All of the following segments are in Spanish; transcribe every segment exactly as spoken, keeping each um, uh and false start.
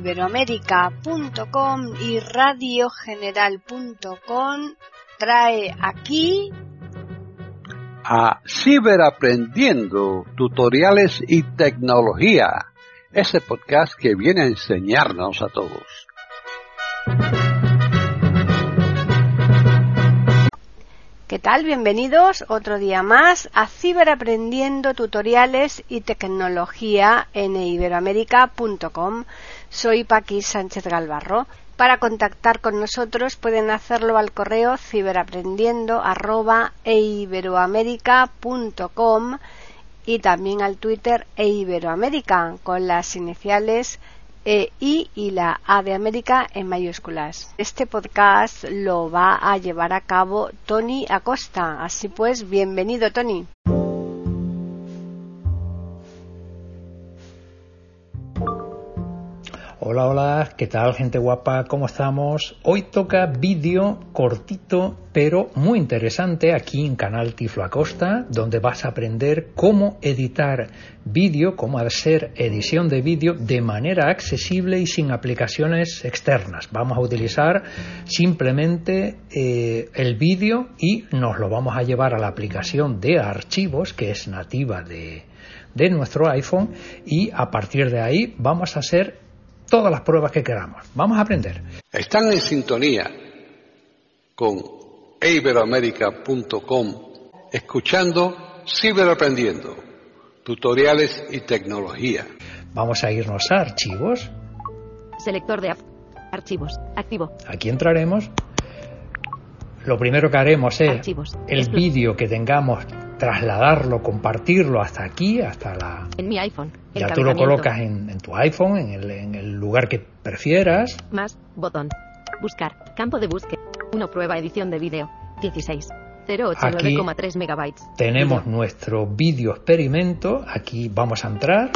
iberoamérica punto com y radio general punto com trae aquí a Ciberaprendiendo, tutoriales y tecnología, ese podcast que viene a enseñarnos a todos. ¿Qué tal? Bienvenidos otro día más a Ciberaprendiendo, tutoriales y tecnología en iberoamérica punto com. Soy Paqui Sánchez Galvarro. Para contactar con nosotros pueden hacerlo al correo ciberaprendiendo arroba iberoamérica punto com y también al Twitter eiberoamérica con las iniciales E I y la A de América en mayúsculas. Este podcast lo va a llevar a cabo Tony Acosta. Así pues, bienvenido, Tony. Hola, hola, ¿qué tal, gente guapa? ¿Cómo estamos? Hoy toca vídeo cortito, pero muy interesante aquí en Canal Tiflo Acosta, donde vas a aprender cómo editar vídeo, cómo hacer edición de vídeo de manera accesible y sin aplicaciones externas. Vamos a utilizar simplemente eh, el vídeo y nos lo vamos a llevar a la aplicación de archivos, que es nativa de, de nuestro iPhone, y a partir de ahí vamos a hacer todas las pruebas que queramos. Vamos a aprender. Están en sintonía con iberoamérica punto com, escuchando Ciberaprendiendo, tutoriales y tecnología. Vamos a irnos a archivos. Selector de app. Archivos. Activo. Aquí entraremos. Lo primero que haremos es Archivos. el vídeo que tengamos, trasladarlo, compartirlo hasta aquí, hasta la... En mi iPhone. Ya tú lo colocas en, en tu iPhone, en el, en el lugar que prefieras. Más, botón. Buscar. Campo de búsqueda. uno. Prueba edición de vídeo. dieciséis. cero ocho nueve coma tres megabytes. Tenemos Video. Nuestro vídeo experimento. Aquí vamos a entrar.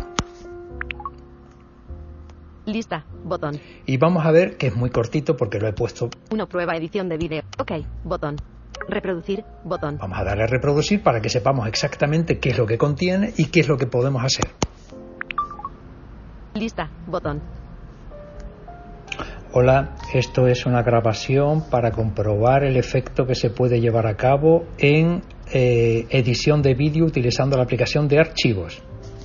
Lista. Botón. Y vamos a ver que es muy cortito porque lo he puesto. uno. Prueba edición de vídeo. Ok. Botón. Reproducir. Botón. Vamos a darle a reproducir para que sepamos exactamente qué es lo que contiene y qué es lo que podemos hacer. Lista. Botón. Hola, esto es una grabación para comprobar el efecto que se puede llevar a cabo en eh, edición de vídeo utilizando la aplicación de archivos.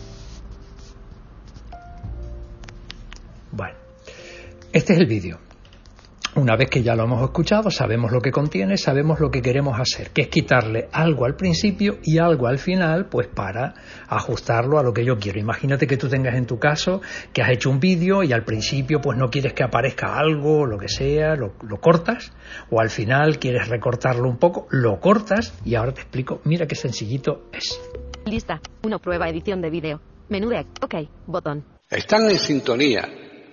Bueno, este es el vídeo. Una vez que ya lo hemos escuchado, sabemos lo que contiene, sabemos lo que queremos hacer, que es quitarle algo al principio y algo al final, pues para ajustarlo a lo que yo quiero. Imagínate que tú tengas en tu caso que has hecho un vídeo y al principio pues no quieres que aparezca algo, lo que sea, lo, lo cortas, o al final quieres recortarlo un poco, lo cortas y ahora te explico, mira qué sencillito es. Lista. uno. Prueba edición de vídeo. Menú de... Ok. Botón. Están en sintonía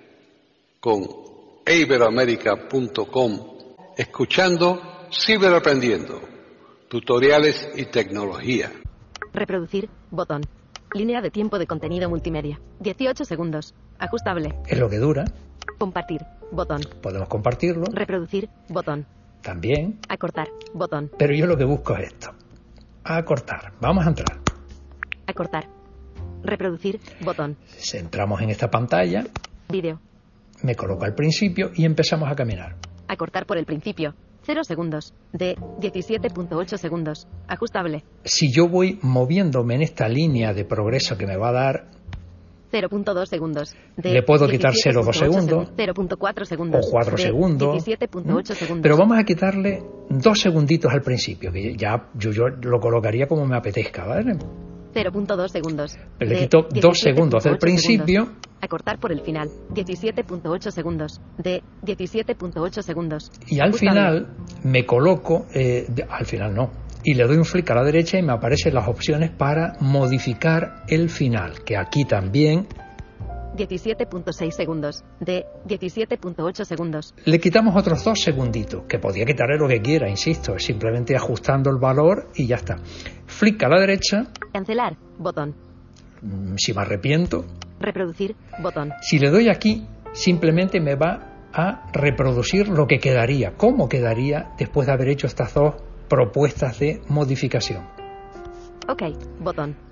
con iberoamérica punto com, escuchando Ciberaprendiendo, tutoriales y tecnología. Reproducir. Botón. Línea de tiempo de contenido multimedia. dieciocho segundos. Ajustable. Es lo que dura. Compartir. Botón. Podemos compartirlo. Reproducir. Botón. También. Acortar. Botón. Pero yo lo que busco es esto. Acortar. Vamos a entrar. Acortar. Reproducir. Botón. Entramos en esta pantalla. Vídeo. Me coloco al principio y empezamos a caminar. Acortar por el principio. cero segundos. De diecisiete punto ocho segundos. Ajustable. Si yo voy moviéndome en esta línea de progreso que me va a dar... cero punto dos segundos. De le puedo quitar cero punto dos segundos. cero punto cuatro segundos. O cuatro de segundos. diecisiete punto ocho segundos. Pero vamos a quitarle dos segunditos al principio, que ya yo, yo lo colocaría como me apetezca, ¿vale? cero punto dos segundos. Le quito dos segundos del principio. Segundos. Acortar por el final. diecisiete punto ocho segundos. De diecisiete punto ocho segundos. Y al Ajustable. final me coloco, eh, de, al final no, y le doy un flick a la derecha y me aparecen las opciones para modificar el final, que aquí también... diecisiete punto seis segundos. De diecisiete punto ocho segundos. Le quitamos otros dos segunditos, que podía quitarle lo que quiera, insisto, es simplemente ajustando el valor y ya está. Flick a la derecha. Cancelar. Botón. Si me arrepiento. Reproducir. Botón. Si le doy aquí, simplemente me va a reproducir lo que quedaría, cómo quedaría después de haber hecho estas dos propuestas de modificación. Ok. Botón.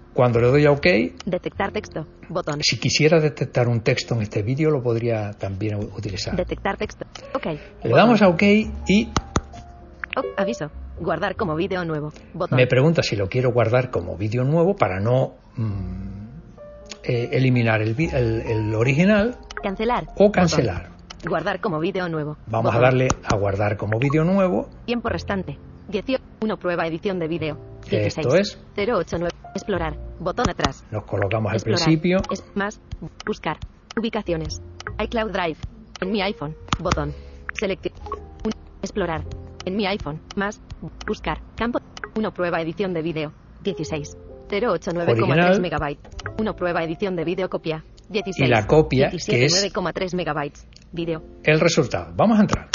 Cuando le doy a OK, detectar texto, botón. Si quisiera detectar un texto en este vídeo, lo podría también utilizar. Detectar texto, OK. Le botón. damos a OK y... Oh, aviso, guardar como vídeo nuevo, botón. Me pregunta si lo quiero guardar como vídeo nuevo para no mmm, eh, eliminar el, el, el original. Cancelar. O cancelar. Botón. Guardar como vídeo nuevo. Vamos botón. a darle a guardar como vídeo nuevo. Tiempo restante. dieciocho. uno prueba edición de vídeo. dieciséis. Esto es. cero ocho nueve. Explorar. Botón atrás. Nos colocamos Explorar. al principio. Es más. Buscar. Ubicaciones. iCloud Drive. En mi iPhone. Botón. Select. Un. Explorar. En mi iPhone. Más. Buscar. Campo. uno prueba edición de vídeo. dieciséis. cero ocho nueve coma tres megabytes. uno prueba edición de vídeo copia. dieciséis. Y la copia diecisiete, que es nueve coma tres megabytes. Vídeo. El resultado. Vamos a entrar.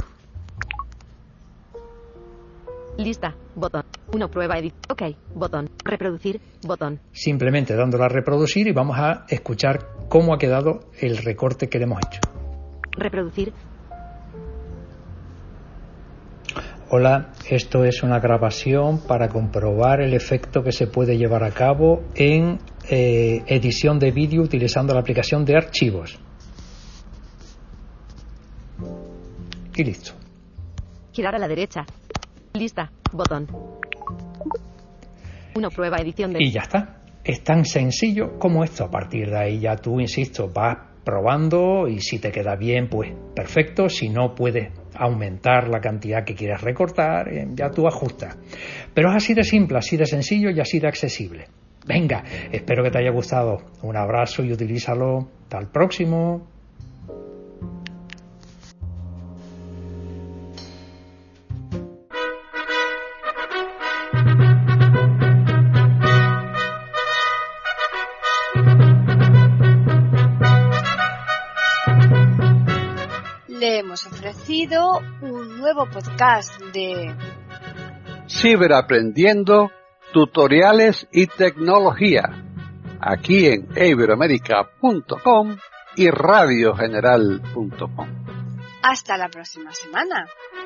Lista. Botón. uno prueba edit. OK. Botón. Reproducir. Botón. Simplemente dándole a reproducir y vamos a escuchar cómo ha quedado el recorte que le hemos hecho. Reproducir. Hola, esto es una grabación para comprobar el efecto que se puede llevar a cabo en eh, edición de vídeo utilizando la aplicación de archivos. Y listo. Girar a la derecha. Lista. Botón. Uno prueba edición de... Y ya está. Es tan sencillo como esto. A partir de ahí ya tú, insisto, vas probando y si te queda bien, pues perfecto. Si no, puedes aumentar la cantidad que quieres recortar. Eh, ya tú ajustas. Pero es así de simple, así de sencillo y así de accesible. Venga, espero que te haya gustado. Un abrazo y utilízalo. Hasta el próximo. Le hemos ofrecido un nuevo podcast de Ciberaprendiendo, tutoriales y tecnología, aquí en iberoamerica punto com y radio general punto com. Hasta la próxima semana.